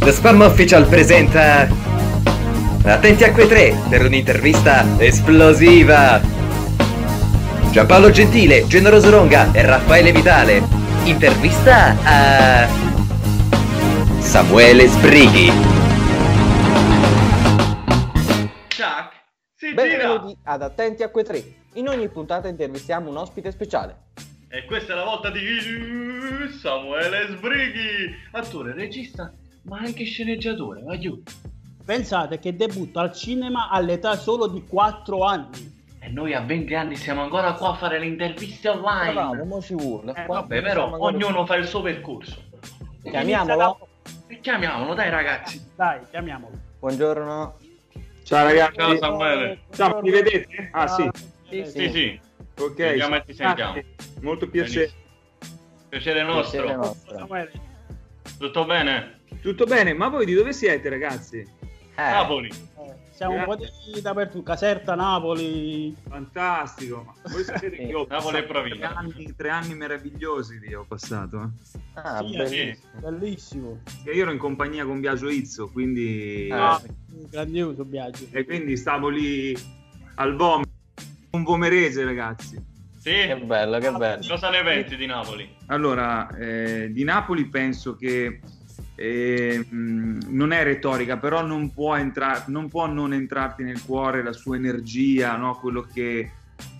The Spam Official presenta Attenti a quei tre per un'intervista esplosiva. Giampaolo Gentile, Gennaro Soronga e Raffaele Vitale. Intervista a Samuele Sbrighi. Chuck, si Benvenuti gira! ad Attenti a quei tre. In ogni puntata intervistiamo un ospite speciale. E questa è la volta di Samuele Sbrighi, attore, regista, ma anche sceneggiatore, aiuto. Pensate che debutta al cinema all'età solo di 4 anni. E noi a 20 anni siamo ancora qua a fare le interviste online. Bravo, mo ci vuole. Vabbè, però ognuno fa il suo percorso. Chiamiamolo. E chiamiamolo, dai ragazzi. Dai, chiamiamolo. Buongiorno. Ciao ragazzi. Ciao Samuele. Ciao, mi vedete? Ah sì. Sì. Ok. Sentiamo e ti sentiamo. Molto piacere. Piacere nostro. Piacere nostro. Samuele. Tutto bene? Tutto bene, ma voi di dove siete ragazzi? Napoli. Siamo un po' di dappertutto, Caserta, Napoli. Fantastico. Ma voi sapete che io ho Napoli e passato provincia. 3 anni meravigliosi che ho passato. Ah, Sì, bellissimo. Bellissimo. Che io ero in compagnia con Biagio Izzo, quindi Grandioso viaggio. e quindi stavo lì al vomito, un vomerese ragazzi. Sì? Che bello, che bello. Cosa ne pensi di Napoli? Allora, di Napoli penso che non è retorica, però non può non entrarti nel cuore la sua energia, no? Quello che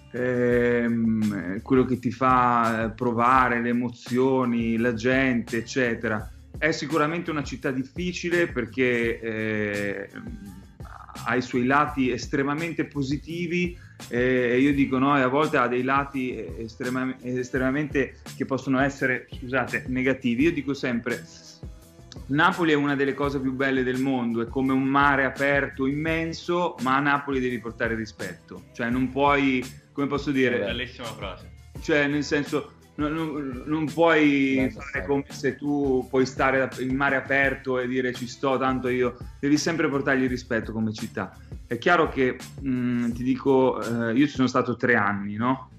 ti fa provare, le emozioni, la gente, eccetera. È sicuramente una città difficile perché ha i suoi lati estremamente positivi. Io dico no, e a volte ha dei lati estremamente che possono essere, scusate, negativi. Io dico sempre Napoli è una delle cose più belle del mondo, è come un mare aperto immenso, ma a Napoli devi portare rispetto, cioè non puoi, come posso dire, Bellissima frase. cioè nel senso non puoi fare come se tu puoi stare in mare aperto e dire ci sto, tanto io, devi sempre portargli rispetto come città. È chiaro che ti dico, io ci sono stato 3 anni, no?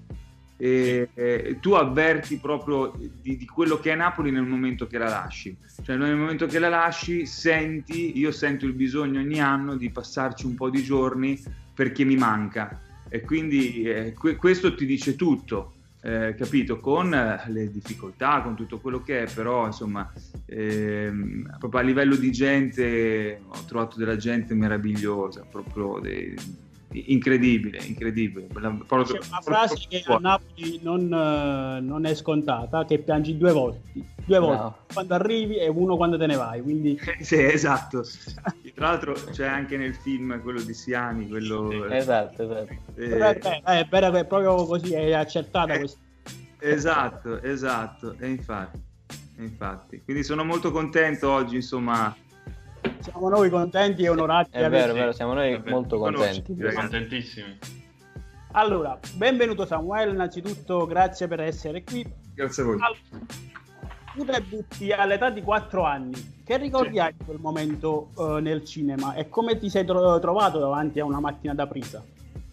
E tu avverti proprio di quello che è Napoli nel momento che la lasci, cioè nel momento che la lasci io sento il bisogno ogni anno di passarci un po' di giorni perché mi manca, e quindi questo ti dice tutto. Capito, con le difficoltà, con tutto quello che è, però insomma proprio a livello di gente ho trovato della gente meravigliosa, proprio incredibile. C'è una frase che a Napoli non è scontata, che piangi 2 volte, No. quando arrivi e uno quando te ne vai, quindi sì, esatto. Tra l'altro c'è anche nel film quello di Siani, quello Esatto. è vero che è proprio così, è accertata questa. esatto, e infatti quindi sono molto contento oggi, insomma. Siamo noi contenti e onorati. È vero, siamo noi molto Conosci, contenti. ragazzi. Contentissimi. Allora, benvenuto Samuele, innanzitutto grazie per essere qui. Grazie a voi. Tu debutti all'età di 4 anni. Che ricordi hai di quel momento nel cinema e come ti sei trovato davanti a una macchina da presa?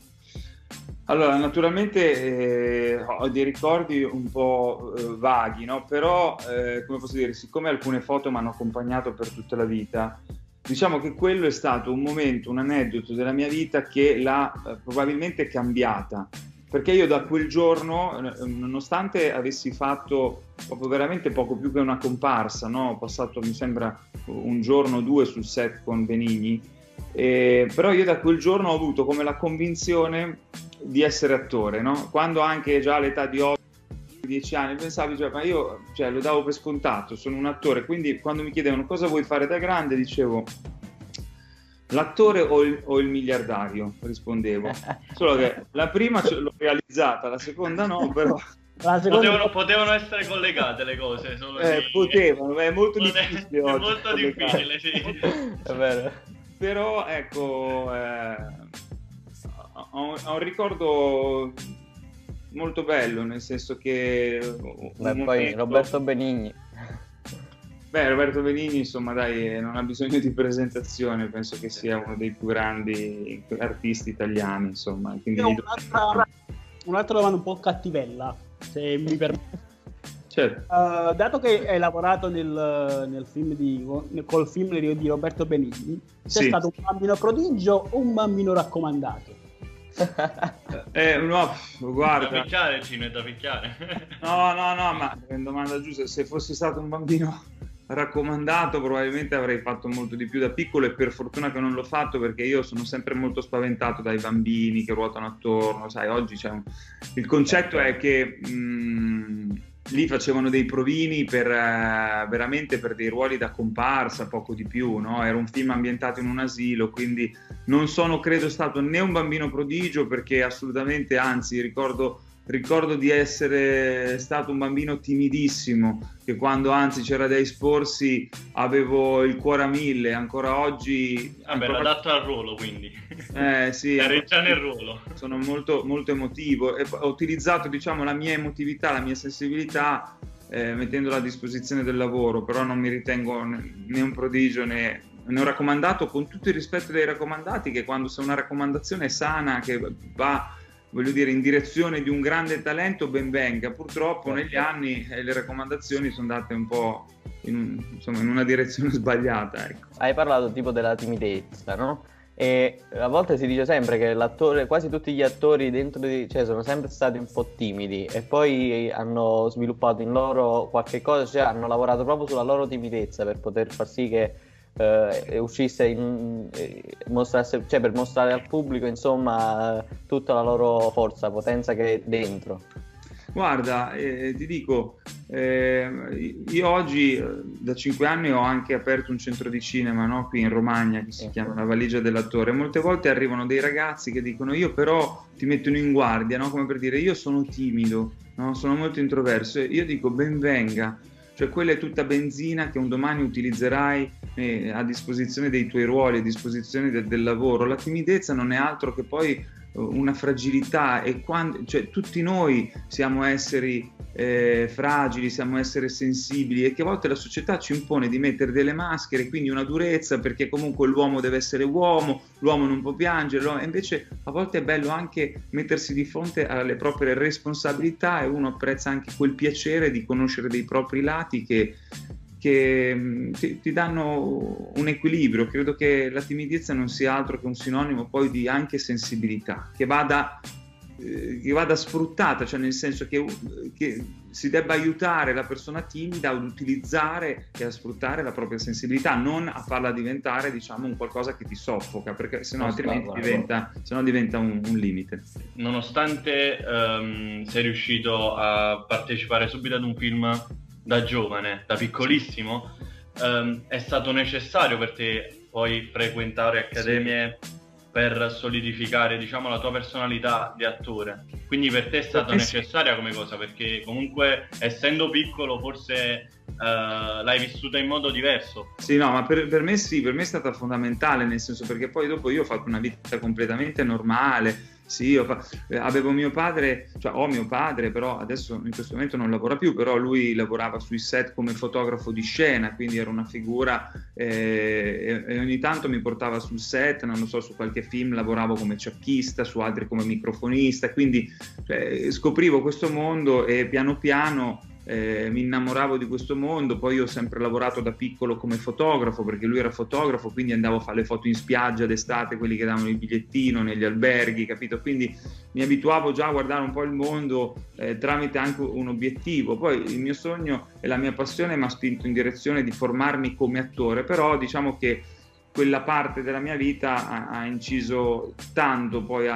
Allora, naturalmente ho dei ricordi un po' vaghi, no? Però, come posso dire, siccome alcune foto mi hanno accompagnato per tutta la vita, diciamo che quello è stato un momento, un aneddoto della mia vita che l'ha probabilmente cambiata. Perché io da quel giorno, nonostante avessi fatto proprio veramente poco più che una comparsa, no? Ho passato, mi sembra, 1 giorno o 2 sul set con Benigni, però io da quel giorno ho avuto come la convinzione di essere attore, no? Quando anche già all'età di 8-10 anni pensavi, ma io lo davo per scontato, sono un attore, quindi quando mi chiedevano cosa vuoi fare da grande dicevo l'attore o il miliardario, rispondevo. Solo che la prima l'ho realizzata, la seconda no, però Potevano essere collegate le cose, solo potevano, è molto Non difficile è oggi molto difficile, sì. È vero. però ecco, ho un ricordo molto bello, nel senso che Poi Roberto Benigni. Roberto Benigni, insomma, dai, non ha bisogno di presentazione, penso che sia uno dei più grandi artisti italiani, insomma. Quindi Un'altra domanda un po' cattivella, se mi permette. Certo. Dato che hai lavorato col film di Roberto Benigni, sei Sì. stato un bambino prodigio o un bambino raccomandato? No, Da guarda, picchiare, Cino, è da picchiare. no, ma è una domanda giusta. Se fossi stato un bambino raccomandato, probabilmente avrei fatto molto di più da piccolo, e per fortuna che non l'ho fatto, perché io sono sempre molto spaventato dai bambini che ruotano attorno. Sai, oggi il concetto è che lì facevano dei provini veramente per dei ruoli da comparsa, poco di più, no? Era un film ambientato in un asilo, quindi non sono, credo, stato né un bambino prodigio, perché assolutamente, anzi, ricordo di essere stato un bambino timidissimo, che quando anzi c'era da esporsi avevo il cuore a mille. Ancora oggi Vabbè, adatto al ruolo, quindi. Sì, eri già nel ruolo. sono molto, molto emotivo, e ho utilizzato, diciamo, la mia emotività, la mia sensibilità, mettendola a disposizione del lavoro, però non mi ritengo né un prodigio né un raccomandato, con tutto il rispetto dei raccomandati, che quando c'è una raccomandazione sana che va, voglio dire, in direzione di un grande talento, ben venga. Purtroppo negli anni le raccomandazioni sono andate un po' in una direzione sbagliata, ecco. Hai parlato tipo della timidezza, no? E a volte si dice sempre che l'attore, quasi tutti gli attori cioè sono sempre stati un po' timidi, e poi hanno sviluppato in loro qualche cosa, cioè hanno lavorato proprio sulla loro timidezza per poter far sì che uscisse mostrasse, cioè per mostrare al pubblico, insomma, tutta la loro forza, potenza che è dentro. Guarda, ti dico, io oggi da 5 anni ho anche aperto un centro di cinema, no? Qui in Romagna, che si chiama La Valigia dell'Attore. Molte volte arrivano dei ragazzi che dicono: io però, ti mettono in guardia, no? Come per dire, io sono timido, no? Sono molto introverso. Io dico: ben venga, cioè quella è tutta benzina che un domani utilizzerai a disposizione dei tuoi ruoli, a disposizione del lavoro. La timidezza non è altro che poi una fragilità, e cioè, tutti noi siamo esseri fragili, siamo esseri sensibili, e che a volte la società ci impone di mettere delle maschere, quindi una durezza, perché comunque l'uomo deve essere uomo, l'uomo non può piangere, e invece a volte è bello anche mettersi di fronte alle proprie responsabilità, e uno apprezza anche quel piacere di conoscere dei propri lati che ti danno un equilibrio. Credo che la timidezza non sia altro che un sinonimo poi di anche sensibilità, che vada sfruttata, cioè nel senso che si debba aiutare la persona timida ad utilizzare e a sfruttare la propria sensibilità, non a farla diventare, diciamo, un qualcosa che ti soffoca, perché sennò altrimenti diventa un limite. Nonostante sei riuscito a partecipare subito ad un film da giovane, da piccolissimo, è stato necessario per te poi frequentare accademie per solidificare, diciamo, la tua personalità di attore. Quindi per te è stata necessaria come cosa, perché comunque essendo piccolo forse l'hai vissuta in modo diverso. Sì, no, ma per me sì, per me è stata fondamentale, nel senso, perché poi dopo io ho fatto una vita completamente normale. Sì, avevo mio padre, cioè ho mio padre, però adesso in questo momento non lavora più, però lui lavorava sui set come fotografo di scena, quindi era una figura, e ogni tanto mi portava sul set, non lo so, su qualche film lavoravo come ciacchista, su altri come microfonista, quindi scoprivo questo mondo e piano piano mi innamoravo di questo mondo. Poi io ho sempre lavorato da piccolo come fotografo, perché lui era fotografo, quindi andavo a fare le foto in spiaggia d'estate, quelli che davano il bigliettino negli alberghi, capito? Quindi mi abituavo già a guardare un po' il mondo tramite anche un obiettivo. Poi il mio sogno e la mia passione mi ha spinto in direzione di formarmi come attore, però diciamo che quella parte della mia vita ha inciso tanto poi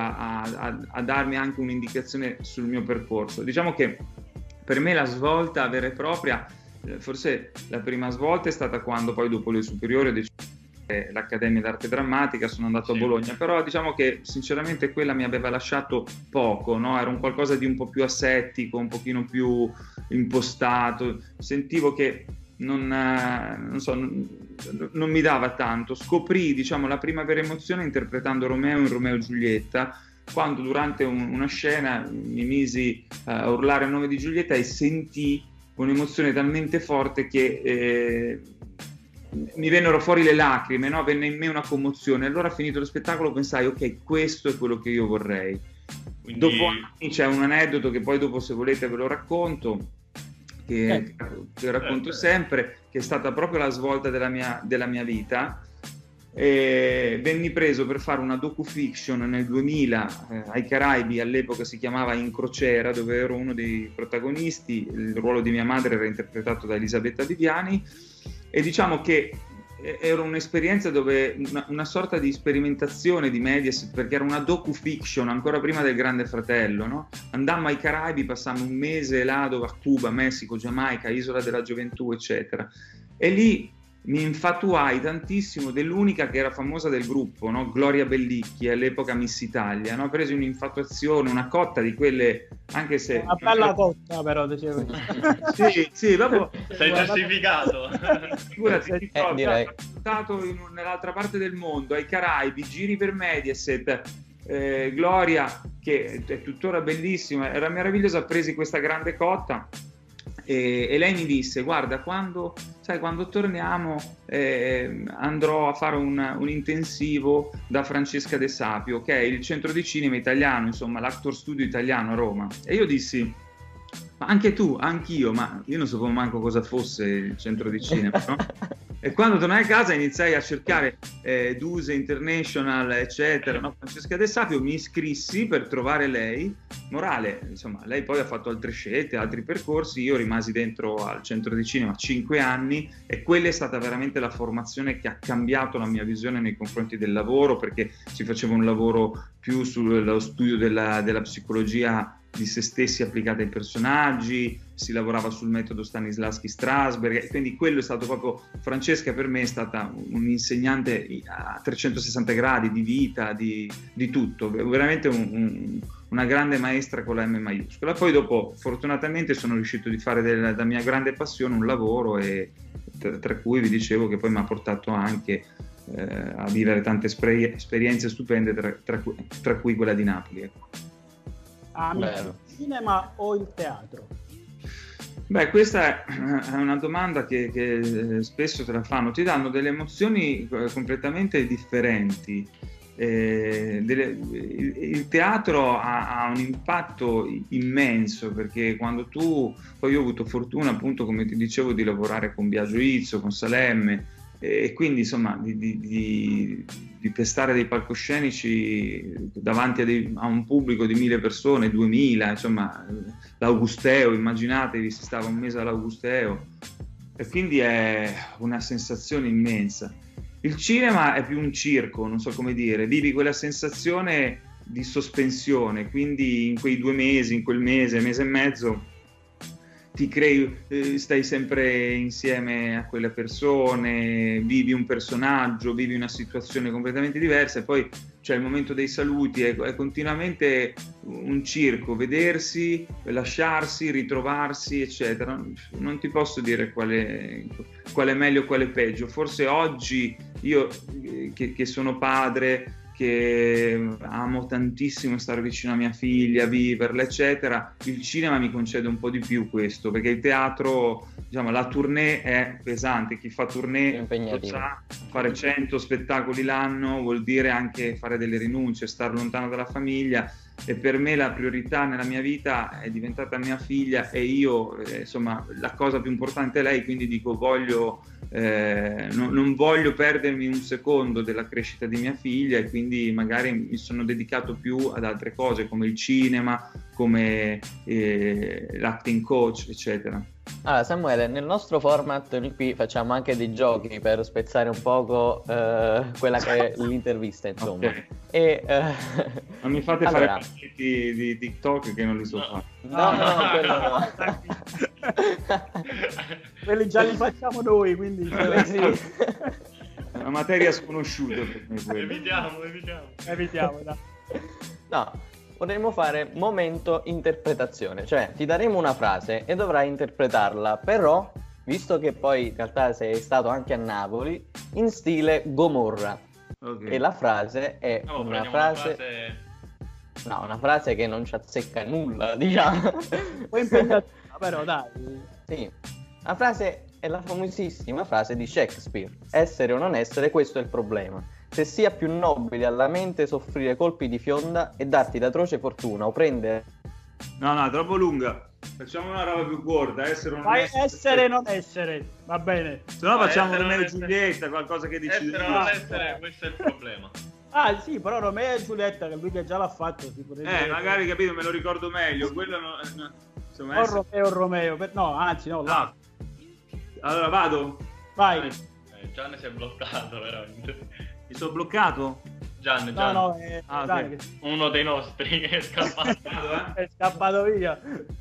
a darmi anche un'indicazione sul mio percorso. Diciamo che per me la svolta vera e propria, forse la prima svolta è stata quando poi dopo le superiori ho deciso l'Accademia d'Arte Drammatica, sono andato a Bologna, però diciamo che sinceramente quella mi aveva lasciato poco, no? Era un qualcosa di un po' più asettico, un pochino più impostato, sentivo che non mi dava tanto. Scoprì, diciamo, la prima vera emozione interpretando Romeo in Romeo e Giulietta, quando durante una scena mi misi a urlare il nome di Giulietta e sentì un'emozione talmente forte che mi vennero fuori le lacrime, no? Venne in me una commozione. Allora, finito lo spettacolo, pensai: ok, questo è quello che io vorrei. Quindi... Dopo anni c'è un aneddoto che poi dopo, se volete, ve lo racconto, che racconto sempre, che è stata proprio la svolta della mia vita. Venni preso per fare una docufiction nel 2000 ai Caraibi, all'epoca si chiamava In Crociera, dove ero uno dei protagonisti. Il ruolo di mia madre era interpretato da Elisabetta Viviani, e diciamo che era un'esperienza dove una sorta di sperimentazione di Mediaset, perché era una docufiction ancora prima del Grande Fratello, no? Andammo ai Caraibi, passammo un mese là, dove a Cuba, Messico, Giamaica, Isola della Gioventù, eccetera, e lì mi infatuai tantissimo dell'unica che era famosa del gruppo, no? Gloria Bellicchi, all'epoca Miss Italia, no? Presi un'infatuazione, una cotta di quelle, anche se... Una bella cotta però, dicevo. sì, dopo... Sei giustificato. Figurati, direi. stato nell'altra parte del mondo, ai Caraibi, giri per Mediaset, Gloria, che è tuttora bellissima, era meravigliosa, presi questa grande cotta. E lei mi disse: guarda, quando torniamo andrò a fare un intensivo da Francesca De Sapio, che è il centro di cinema italiano, insomma l'Actor Studio italiano a Roma. E io dissi: ma anche tu? Anch'io? Ma io non sapevo manco cosa fosse il centro di cinema, no? E quando tornai a casa iniziai a cercare Duse International, eccetera, no? Francesca De Sapio, mi iscrissi per trovare lei. Morale, insomma, lei poi ha fatto altre scelte, altri percorsi, io rimasi dentro al centro di cinema 5 anni, e quella è stata veramente la formazione che ha cambiato la mia visione nei confronti del lavoro, perché si faceva un lavoro più sullo studio della psicologia di se stessi applicata ai personaggi, si lavorava sul metodo Stanislavski-Strasberg, quindi quello è stato proprio... Francesca per me è stata un'insegnante a 360 gradi di vita, di tutto, veramente una grande maestra con la M maiuscola. Poi dopo fortunatamente sono riuscito di fare della mia grande passione un lavoro, e tra cui vi dicevo che poi mi ha portato anche a vivere tante esperienze stupende, tra cui quella di Napoli, ecco. Il cinema o il teatro? Beh, questa è una domanda che spesso te la fanno, ti danno delle emozioni completamente differenti. Il teatro ha un impatto immenso, perché quando poi io ho avuto fortuna, appunto, come ti dicevo, di lavorare con Biagio Izzo, con Salemme, e quindi insomma di pestare dei palcoscenici davanti a un pubblico di 1000 persone, 2000, insomma, l'Augusteo, immaginatevi, si stava un mese all'Augusteo, e quindi è una sensazione immensa. Il cinema è più un circo, non so come dire, vivi quella sensazione di sospensione, quindi in quei 2 mesi, in quel mese e mezzo, ti crei, stai sempre insieme a quelle persone, vivi un personaggio, vivi una situazione completamente diversa, e poi c'è il momento dei saluti, è continuamente un circo, vedersi, lasciarsi, ritrovarsi, eccetera. Non ti posso dire qual è meglio, qual è peggio. Forse oggi io che sono padre, che amo tantissimo stare vicino a mia figlia, viverla, eccetera, il cinema mi concede un po' di più questo, perché il teatro, diciamo, la tournée è pesante, chi fa tournée lo sa, fare 100 spettacoli l'anno vuol dire anche fare delle rinunce, stare lontano dalla famiglia, e per me la priorità nella mia vita è diventata mia figlia, e io, insomma, la cosa più importante è lei, quindi dico non voglio perdermi un secondo della crescita di mia figlia, e quindi magari mi sono dedicato più ad altre cose come il cinema, come l'acting coach, eccetera. Allora Samuele, nel nostro format noi qui facciamo anche dei giochi per spezzare un poco quella che è l'intervista, insomma. Okay. E, non mi fate fare partiti di TikTok che non li so fare. No, quello no. Quelli già li facciamo noi, quindi sì. È una materia sconosciuta per me quello. Evitiamo, dai. No, potremmo fare momento interpretazione, cioè ti daremo una frase e dovrai interpretarla, però, visto che poi in realtà sei stato anche a Napoli, in stile Gomorra. Okay. E la frase è una frase che non ci azzecca nulla, diciamo. Poi impegnativa, però dai. Sì, la frase è la famosissima frase di Shakespeare: essere o non essere, questo è il problema. Se sia più nobile alla mente soffrire colpi di fionda e darti l'atroce fortuna o prendere... No, è troppo lunga. Facciamo una roba più corta, essere o non Vai essere. essere non essere, va bene. Se no Vai, facciamo essere o Romeo e non essere. Giulietta, qualcosa che decide. Essere o non essere, questo è il problema. Ah sì, però Romeo e Giulietta, che lui che già l'ha fatto, si potrebbe... Magari, capito, me lo ricordo meglio. Quello no, insomma, O Romeo, no, anzi no, là. Ah. Allora vado. Vai. Gian si è bloccato veramente. Mi sono bloccato? Gian, No, Ah, Gianni ok. che uno dei nostri che è scappato. Vado, è scappato via.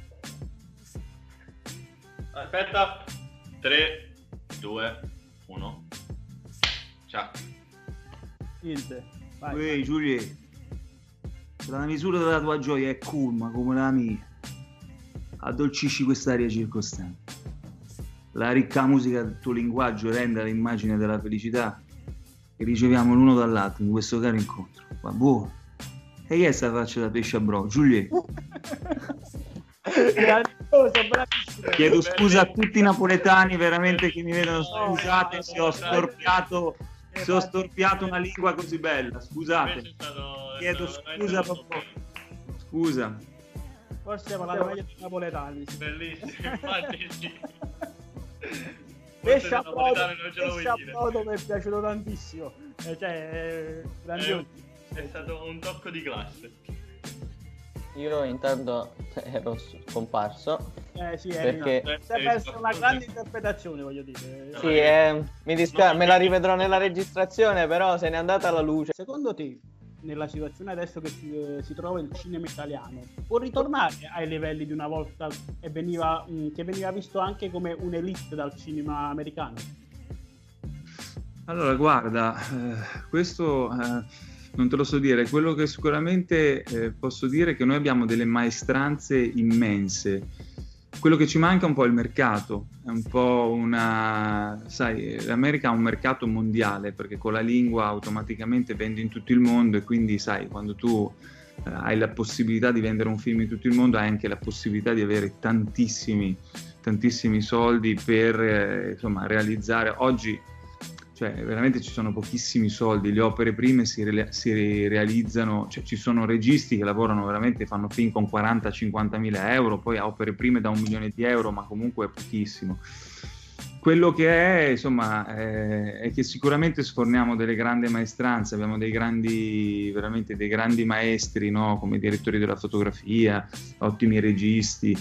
Aspetta. 3, 2, 1. Ciao. Niente. Vai. Ehi Giulietta, la misura della tua gioia è colma come la mia. Addolcisci quest'aria circostante. La ricca musica del tuo linguaggio rende l'immagine della felicità che riceviamo l'uno dall'altro in questo caro incontro. Ma buono. E chi è sta faccia da pesce a bro? Giulietta. Grandioso, bravissimo. Chiedo scusa a tutti i napoletani veramente che mi vedono, No, scusate no, se ho storpiato una lingua così bella, Invece scusate. è stato- Chiedo è stato scusa veramente proprio. Scusa. Forse parlava meglio dei napoletani. Sì. Bellissimo, infatti sì. Pesce Forse a il napoletano non ce lo pesce vuoi a dire. brodo mi è piaciuto tantissimo. Cioè, è grandioso. È stato un tocco di classe. Io intanto ero scomparso. Sì, Perché- si è persa una grande interpretazione, voglio dire. Sì, mi dispiace, me la rivedrò nella registrazione, però se n'è andata la luce. Secondo te, nella situazione adesso che si trova il cinema italiano, può ritornare ai livelli di una volta che veniva visto anche come un'elite dal cinema americano? Allora, guarda, questo non te lo so dire. Quello che sicuramente posso dire è che noi abbiamo delle maestranze immense. Quello che ci manca è un po' il mercato, è un po' sai, l'America ha un mercato mondiale perché con la lingua automaticamente vendi in tutto il mondo e quindi, sai, quando tu hai la possibilità di vendere un film in tutto il mondo hai anche la possibilità di avere tantissimi soldi per insomma realizzare. Oggi cioè veramente ci sono pochissimi soldi, le opere prime si realizzano, cioè ci sono registi che lavorano veramente, fanno film con 40-50 mila euro, poi a opere prime da 1 milione di euro, ma comunque è pochissimo. Quello che è, insomma, è che sicuramente sforniamo delle grandi maestranze, abbiamo veramente dei grandi maestri, no? Come direttori della fotografia, ottimi registi.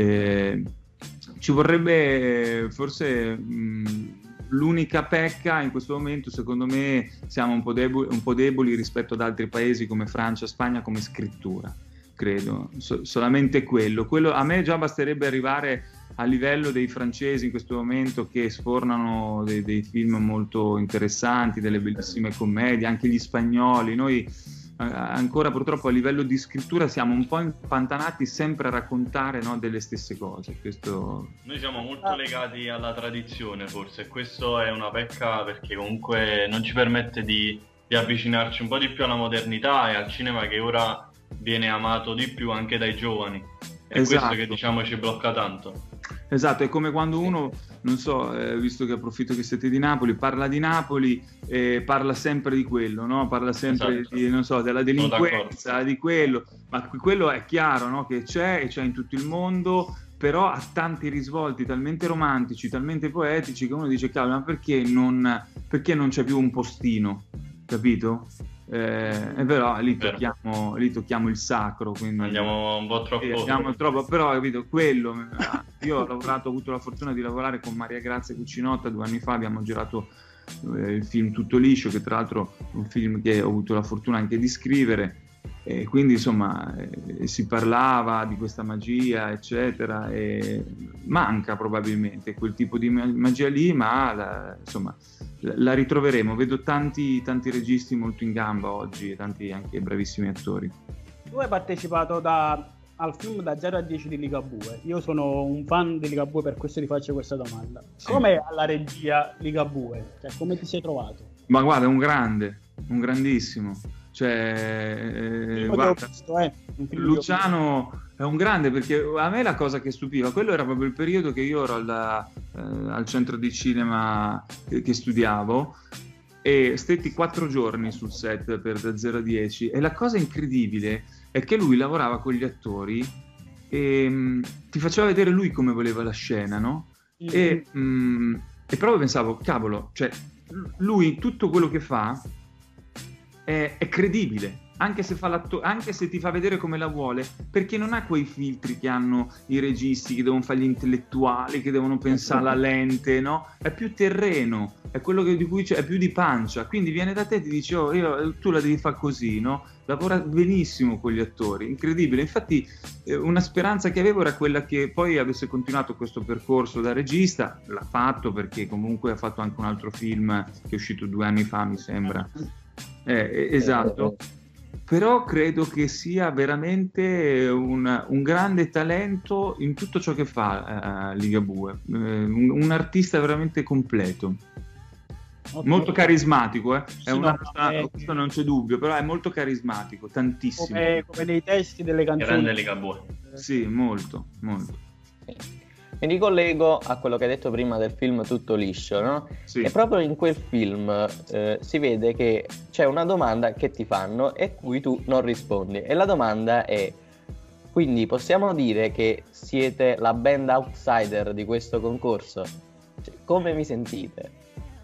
Ci vorrebbe forse l'unica pecca in questo momento, secondo me, siamo un po' deboli rispetto ad altri paesi come Francia, Spagna, come scrittura, credo. Solamente quello. A me già basterebbe arrivare a livello dei francesi in questo momento che sfornano dei film molto interessanti, delle bellissime commedie, anche gli spagnoli. Noi ancora purtroppo a livello di scrittura siamo un po' impantanati sempre a raccontare, no, delle stesse cose. Noi siamo molto legati alla tradizione, forse, questo è una pecca perché comunque non ci permette di avvicinarci un po' di più alla modernità e al cinema che ora viene amato di più anche dai giovani. È Esatto. questo che diciamo ci blocca tanto. Esatto, è come quando uno, non so, visto che approfitto che siete di Napoli, parla di Napoli e parla sempre di quello, no? Parla sempre Esatto. di, non so, della delinquenza, di quello, ma quello è chiaro, no? Che c'è e c'è in tutto il mondo, però ha tanti risvolti talmente romantici, talmente poetici che uno dice, cavolo, ma perché non c'è più un postino, capito? Però lì tocchiamo il sacro, quindi Andiamo un po' troppo. però capito quello. Io ho avuto la fortuna di lavorare con Maria Grazia Cucinotta 2 anni fa, abbiamo girato il film Tutto liscio, che tra l'altro è un film che ho avuto la fortuna anche di scrivere, e quindi insomma si parlava di questa magia eccetera, e manca probabilmente quel tipo di magia lì, ma insomma la ritroveremo. Vedo tanti registi molto in gamba oggi e tanti anche bravissimi attori. Tu hai partecipato al film da 0 a 10 di Ligabue. Io sono un fan di Ligabue, per questo ti faccio questa domanda. Sì. Com'è alla regia Ligabue? Cioè, come ti sei trovato? Ma guarda, un grandissimo, cioè guarda, Luciano è un grande, perché a me la cosa che stupiva, quello era proprio il periodo che io ero al centro di cinema che studiavo, e stetti 4 giorni sul set per da 0 a 10, e la cosa incredibile è che lui lavorava con gli attori ti faceva vedere lui come voleva la scena, no? E proprio pensavo, cavolo, cioè lui tutto quello che fa è credibile, anche se anche se ti fa vedere come la vuole, perché non ha quei filtri che hanno i registi, che devono fare gli intellettuali, che devono pensare alla lente, no? È più terreno, è quello di cui c'è, è più di pancia, quindi viene da te e ti dice, tu la devi fare così, no? Lavora benissimo con gli attori, incredibile. Infatti una speranza che avevo era quella che poi avesse continuato questo percorso da regista. L'ha fatto, perché comunque ha fatto anche un altro film che è uscito 2 anni fa, mi sembra. Esatto. Però credo che sia veramente un grande talento in tutto ciò che fa Ligabue, un artista veramente completo. Molto carismatico, questo non c'è dubbio, però è molto carismatico, tantissimo. Come nei testi delle canzoni. Grande Ligabue. Sì, molto, molto. Mi ricollego a quello che hai detto prima del film Tutto liscio, no? Sì. E proprio in quel film si vede che c'è una domanda che ti fanno e cui tu non rispondi. E la domanda è: quindi possiamo dire che siete la band outsider di questo concorso? Cioè, come mi sentite?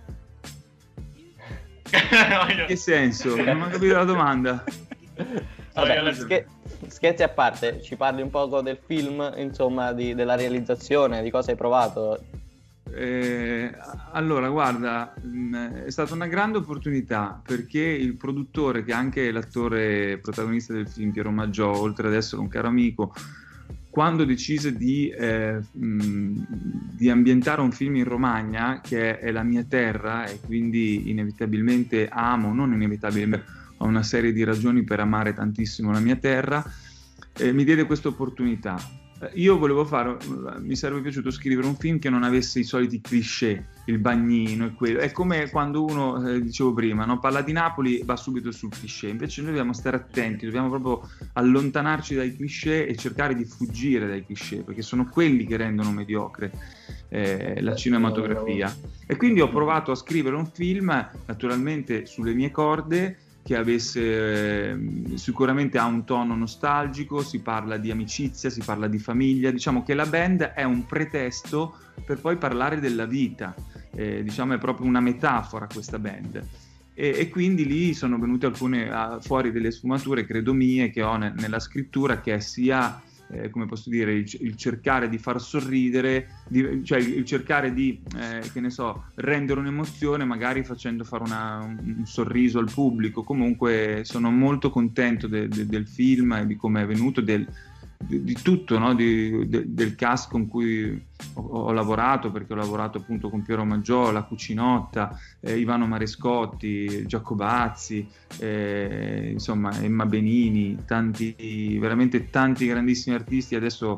In che senso? Non ho capito la domanda. Vabbè, scherzi a parte, ci parli un poco del film, insomma, della realizzazione, di cosa hai provato? Allora, guarda, è stata una grande opportunità, perché il produttore, che è anche l'attore protagonista del film, Piero Maggiò, oltre ad essere un caro amico, quando decise di ambientare un film in Romagna, che è la mia terra, e quindi inevitabilmente non inevitabilmente, ho una serie di ragioni per amare tantissimo la mia terra, mi diede questa opportunità. Io mi sarebbe piaciuto scrivere un film che non avesse i soliti cliché, il bagnino e quello. È come quando uno, dicevo prima, no? Parla di Napoli, va subito sul cliché. Invece noi dobbiamo stare attenti, dobbiamo proprio allontanarci dai cliché e cercare di fuggire dai cliché, perché sono quelli che rendono mediocre la cinematografia. E quindi ho provato a scrivere un film, naturalmente sulle mie corde, che avesse sicuramente ha un tono nostalgico, si parla di amicizia, si parla di famiglia, diciamo che la band è un pretesto per poi parlare della vita, diciamo è proprio una metafora questa band, e quindi lì sono venute fuori delle sfumature, credo mie, che ho nella scrittura, che è sia come posso dire, il cercare di far sorridere, cioè il cercare di, che ne so, rendere un'emozione magari facendo fare un sorriso al pubblico. Comunque sono molto contento del film e di come è venuto, di tutto, no? Del cast con cui ho lavorato, perché ho lavorato appunto con Piero Maggiò, La Cucinotta, Ivano Marescotti, Giacobazzi, insomma Emma Benini, veramente tanti grandissimi artisti. Adesso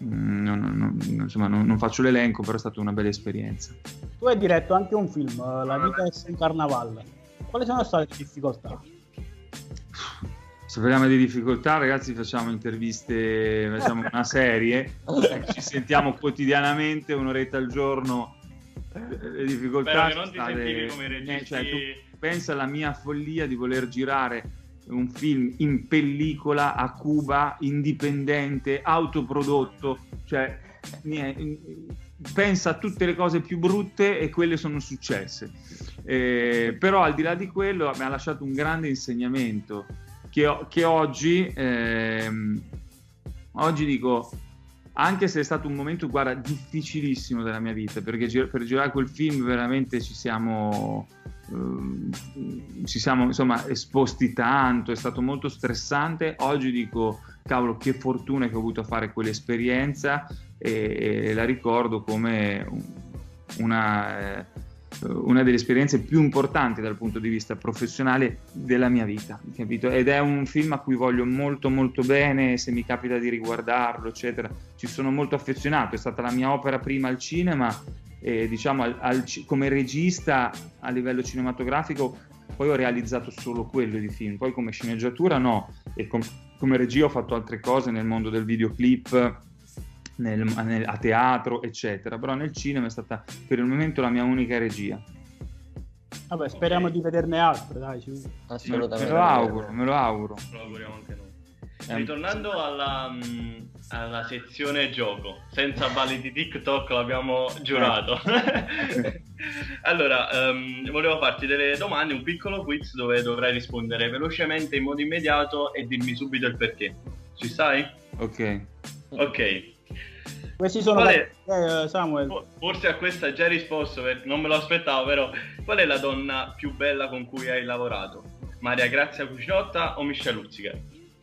non faccio l'elenco, però è stata una bella esperienza. Tu hai diretto anche un film, La vita è un carnaval. Quali sono state le difficoltà? Se parliamo di difficoltà, ragazzi, facciamo interviste, facciamo una serie, ci sentiamo quotidianamente, un'oretta al giorno. Le difficoltà, spero che non ti sentivi come registi. Cioè, tu pensa alla mia follia di voler girare un film in pellicola a Cuba, indipendente, autoprodotto, cioè pensa a tutte le cose più brutte, e quelle sono successe. Però al di là di quello mi ha lasciato un grande insegnamento, che oggi dico, anche se è stato un momento, guarda, difficilissimo della mia vita, perché per girare quel film veramente ci siamo insomma esposti tanto, è stato molto stressante. Oggi dico, cavolo, che fortuna che ho avuto a fare quell'esperienza, e la ricordo come una delle esperienze più importanti dal punto di vista professionale della mia vita, capito? Ed è un film a cui voglio molto molto bene, se mi capita di riguardarlo eccetera, ci sono molto affezionato. È stata la mia opera prima al cinema, e diciamo come regista a livello cinematografico poi ho realizzato solo quello di film, poi come sceneggiatura no, e come regia ho fatto altre cose nel mondo del videoclip, a teatro eccetera, però nel cinema è stata per il momento la mia unica regia. Vabbè, speriamo di vederne altre, dai. Assolutamente. Me lo auguro. Lo auguriamo anche noi. Ritornando alla sezione gioco, senza balli di TikTok, l'abbiamo giurato. Allora, volevo farti delle domande, un piccolo quiz dove dovrai rispondere velocemente in modo immediato e dirmi subito il perché. Ci stai? Ok. Questi sono Samuel. Forse a questa hai già risposto, non me lo aspettavo, però qual è la donna più bella con cui hai lavorato? Maria Grazia Cucinotta o Michelle Hunziker?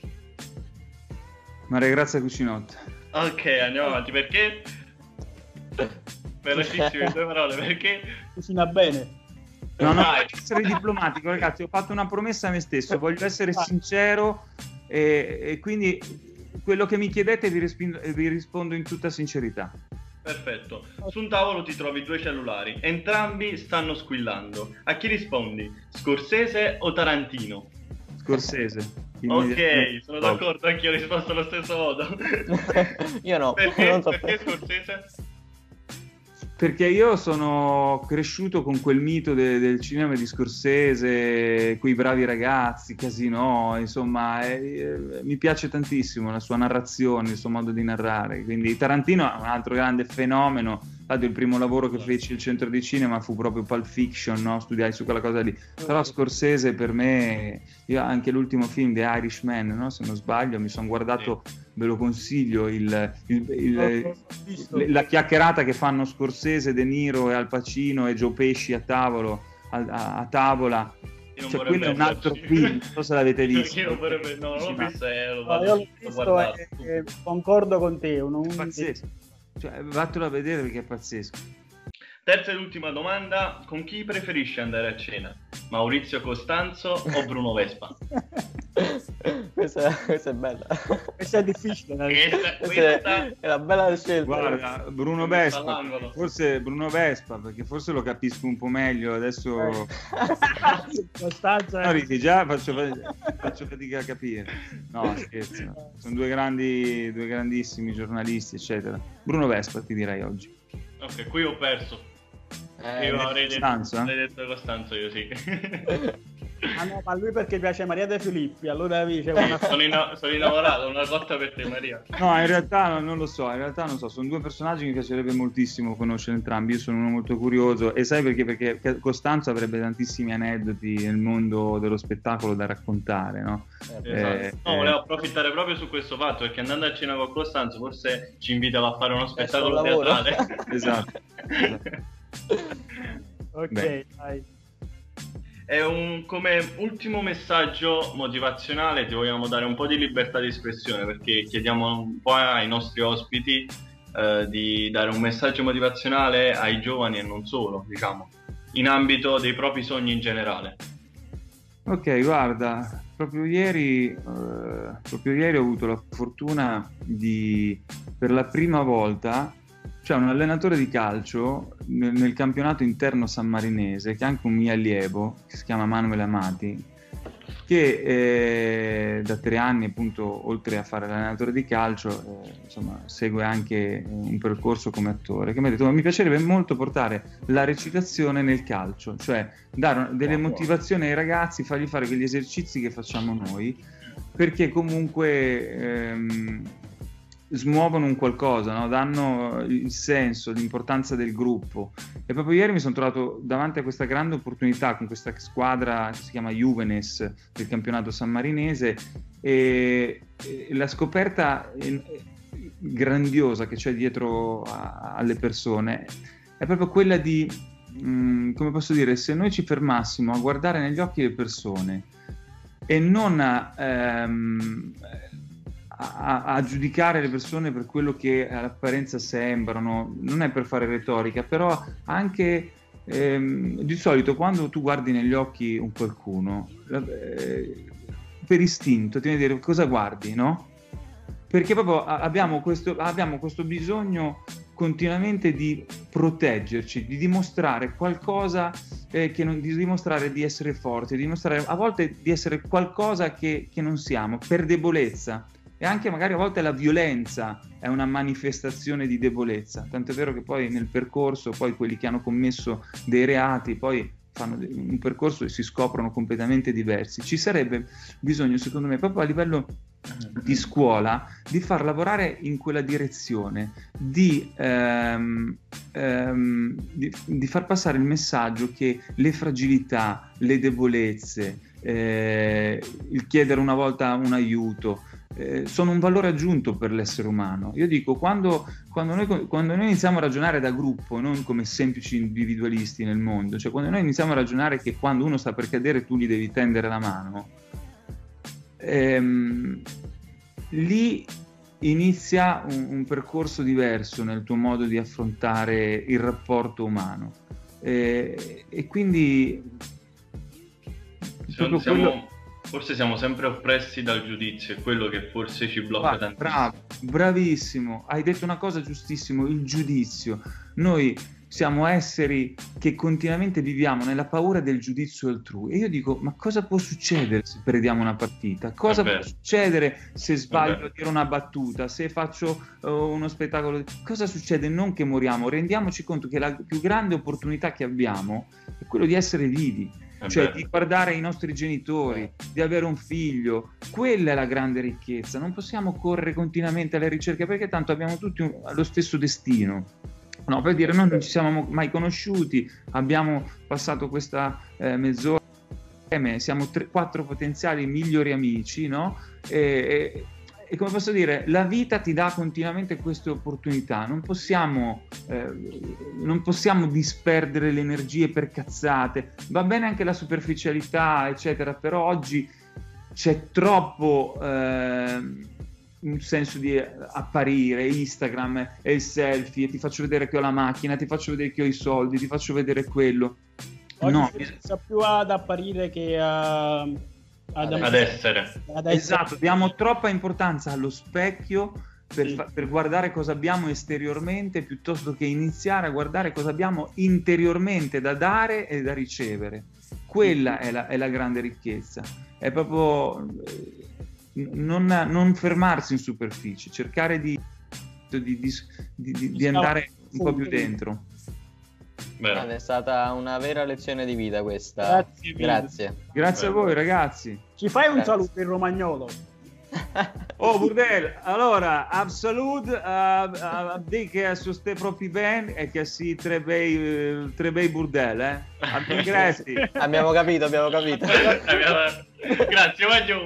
Maria Grazia Cucinotta. Ok, andiamo avanti. Perché? Velocissime 2 parole, perché? Cucina bene. No, voglio essere diplomatico, ragazzi, ho fatto una promessa a me stesso, voglio essere sincero e quindi quello che mi chiedete vi rispondo in tutta sincerità. Perfetto. Su un tavolo ti trovi 2 cellulari, entrambi stanno squillando. A chi rispondi? Scorsese o Tarantino? Scorsese. Ok, sono d'accordo, anch'io ho risposto allo stesso modo. Io no. Perché Scorsese? Perché io sono cresciuto con quel mito del cinema di Scorsese, quei bravi ragazzi, Casino, insomma, mi piace tantissimo la sua narrazione, il suo modo di narrare. Quindi Tarantino è un altro grande fenomeno. Il primo lavoro che feci al centro di cinema fu proprio Pulp Fiction, no? Studiai su quella cosa lì. Però Scorsese per me, io anche l'ultimo film The Irishman, no? Se non sbaglio, mi sono guardato, ve lo consiglio, la chiacchierata che fanno Scorsese, De Niro e Al Pacino e Joe Pesci a tavola. Cioè, quello è un altro film, non so se l'avete visto. Non l'ho visto, io l'ho visto e concordo con te. Pazzesco. Cioè, vattelo a vedere perché è pazzesco. Terza ed ultima domanda: con chi preferisci andare a cena? Maurizio Costanzo o Bruno Vespa? Questa è bella. Questa è difficile. Questa è una bella scelta. Guarda, Bruno Vespa, perché forse lo capisco un po' meglio adesso. Costanzo, no, già faccio fatica a capire. No, scherzo. Sono due grandissimi giornalisti, eccetera. Bruno Vespa ti direi oggi. Ok, qui ho perso. Io avrei detto Costanzo, io sì. Ah no, ma lui perché piace Maria De Filippi, allora dice una... sono innamorato, una cotta per te, Maria. No, in realtà non lo so, sono due personaggi che mi piacerebbe moltissimo conoscere entrambi. Io sono uno molto curioso e sai perché? Perché Costanzo avrebbe tantissimi aneddoti nel mondo dello spettacolo da raccontare, no? Esatto. Volevo approfittare proprio su questo fatto, perché andando a cena con Costanzo forse ci invitava a fare uno spettacolo teatrale. Esatto. Ok, dai. Come ultimo messaggio motivazionale ti vogliamo dare un po' di libertà di espressione, perché chiediamo un po' ai nostri ospiti di dare un messaggio motivazionale ai giovani e non solo, diciamo, in ambito dei propri sogni in generale. Ok, guarda, proprio ieri ho avuto la fortuna di, per la prima volta, c'è un allenatore di calcio nel campionato interno sammarinese, che è anche un mio allievo, che si chiama Manuel Amati, che da 3 anni, appunto, oltre a fare l'allenatore di calcio, insomma, segue anche un percorso come attore, che mi ha detto: mi piacerebbe molto portare la recitazione nel calcio, cioè dare delle motivazioni ai ragazzi, fargli fare quegli esercizi che facciamo noi, perché comunque smuovono un qualcosa, no? Danno il senso, l'importanza del gruppo. E proprio ieri mi sono trovato davanti a questa grande opportunità con questa squadra che si chiama Juvenes del campionato sammarinese, e la scoperta grandiosa che c'è dietro alle persone è proprio quella di, come posso dire, se noi ci fermassimo a guardare negli occhi le persone e non a giudicare le persone per quello che all'apparenza sembrano, non è per fare retorica, però anche di solito quando tu guardi negli occhi un qualcuno, per istinto ti viene a dire cosa guardi, no? Perché proprio abbiamo questo bisogno continuamente di proteggerci, di dimostrare qualcosa, di dimostrare di essere forti, di dimostrare a volte di essere qualcosa che non siamo, per debolezza. E anche magari a volte la violenza è una manifestazione di debolezza, tanto è vero che poi nel percorso poi quelli che hanno commesso dei reati poi fanno un percorso e si scoprono completamente diversi. Ci sarebbe bisogno, secondo me, proprio a livello di scuola, di far lavorare in quella direzione, di far passare il messaggio che le fragilità, le debolezze, il chiedere una volta un aiuto, sono un valore aggiunto per l'essere umano. Io dico, quando noi iniziamo a ragionare da gruppo, non come semplici individualisti nel mondo, cioè quando noi iniziamo a ragionare che quando uno sta per cadere tu gli devi tendere la mano, lì inizia un percorso diverso nel tuo modo di affrontare il rapporto umano, e quindi proprio forse siamo sempre oppressi dal giudizio, è quello che forse ci blocca tantissimo. Bravissimo, hai detto una cosa giustissima, il giudizio. Noi siamo esseri che continuamente viviamo nella paura del giudizio altrui, e io dico, ma cosa può succedere se perdiamo una partita? Cosa può succedere se sbaglio a dire una battuta, se faccio uno spettacolo? Cosa succede? Non che moriamo, rendiamoci conto che la più grande opportunità che abbiamo è quello di essere vivi, cioè di guardare i nostri genitori, di avere un figlio. Quella è la grande ricchezza. Non possiamo correre continuamente alle ricerche, perché tanto abbiamo tutti lo stesso destino. No, per dire, noi non ci siamo mai conosciuti, abbiamo passato questa mezz'ora insieme, siamo 4 potenziali migliori amici, no? E come posso dire, la vita ti dà continuamente queste opportunità, non possiamo disperdere le energie per cazzate. Va bene anche la superficialità, eccetera, però oggi c'è troppo un senso di apparire, Instagram e il selfie, e ti faccio vedere che ho la macchina, ti faccio vedere che ho i soldi, ti faccio vedere quello. Oggi no, si pensa più ad apparire che ad essere. Esatto, diamo troppa importanza allo specchio per guardare cosa abbiamo esteriormente, piuttosto che iniziare a guardare cosa abbiamo interiormente da dare e da ricevere. Quella è la grande ricchezza, è proprio non fermarsi in superficie, cercare di andare un po' più dentro. È stata una vera lezione di vita questa. Grazie a voi, ragazzi. Ci fai un saluto in romagnolo? Oh, Burdel, allora, salut a dir che su ste propri ben e che si tre bei Burdel, grazie. Abbiamo capito. Grazie, Maglio.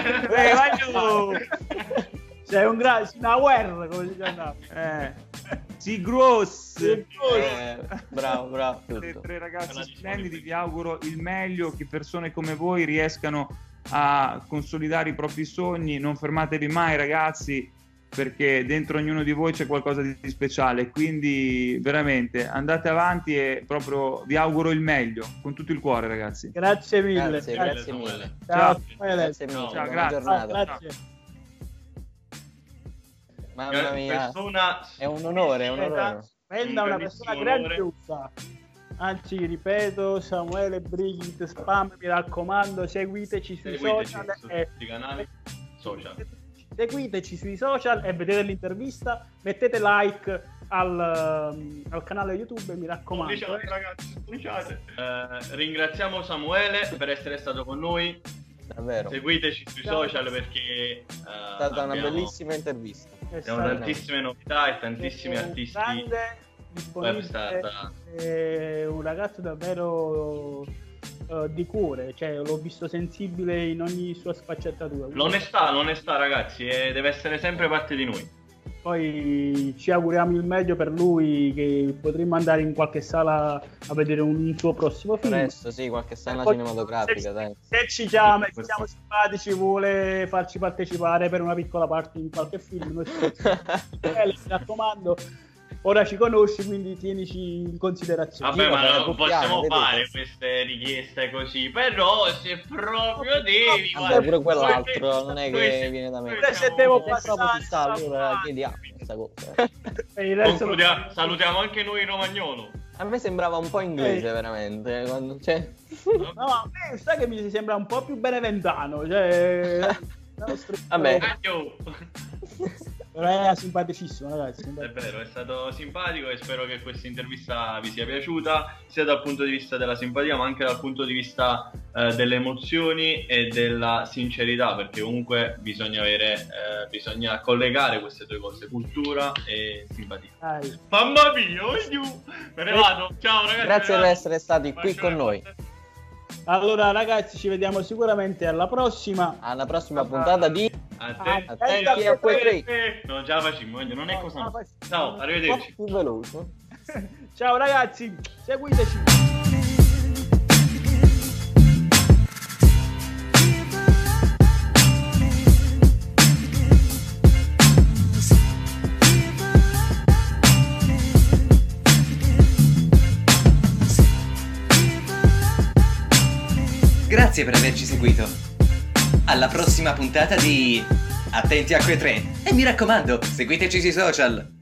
Sei una guerra, come si chiama? Sì, grosso. Bravo. Tre ragazzi splendidi, vi auguro il meglio, che persone come voi riescano a consolidare i propri sogni. Non fermatevi mai, ragazzi, perché dentro ognuno di voi c'è qualcosa di speciale, quindi veramente andate avanti e proprio vi auguro il meglio con tutto il cuore, ragazzi. Grazie mille. Grazie mille. Ciao. Grazie mille. Ciao, buona giornata. Grazie. Mamma mia, è un onore. Spenda una persona grandiosa. Anzi, ripeto, Samuele Brigid Spam, mi raccomando, seguiteci sui social sui canali social. Seguiteci sui social e vedete l'intervista, mettete like al canale YouTube, mi raccomando. Strisciate, ragazzi, ringraziamo Samuele per essere stato con noi. Davvero. Seguiteci sui social perché è stata una bellissima intervista. Abbiamo tantissime novità e tantissimi artisti. È un ragazzo davvero di cuore, cioè l'ho visto sensibile in ogni sua sfaccettatura. L'onestà, ragazzi, deve essere sempre parte di noi. Poi ci auguriamo il meglio per lui, che potremo andare in qualche sala a vedere un suo prossimo film. Presto, sì, qualche sala cinematografica, dai. Se ci chiama, siamo simpatici, vuole farci partecipare per una piccola parte in qualche film, noi mi raccomando. Ora ci conosci, quindi tienici in considerazione. Vabbè, ma non possiamo fare queste richieste così. Però se proprio devi... pure quell'altro non è che viene da me. Se devo passare... allora chiediamo questa cosa. Salutiamo anche noi in romagnolo. A me sembrava un po' inglese, veramente. Quando c'è... No, a me sai che mi sembra un po' più beneventano. Cioè... Vabbè. Però era simpaticissimo, ragazzi. È vero, è stato simpatico e spero che questa intervista vi sia piaciuta, sia dal punto di vista della simpatia, ma anche dal punto di vista delle emozioni e della sincerità, perché comunque bisogna collegare queste due cose, cultura e simpatia. Dai. Mamma mia, me ne vado. Ciao ragazzi. Grazie per essere stati qui con noi. Allora ragazzi, ci vediamo sicuramente alla prossima. Alla prossima puntata di Attenti a quei tre. No, già la facciamo, non è cosa. Ciao, arrivederci. Più veloce. Ciao ragazzi, seguiteci. Grazie per averci seguito. Alla prossima puntata di Attenti a quei tre. E mi raccomando, seguiteci sui social.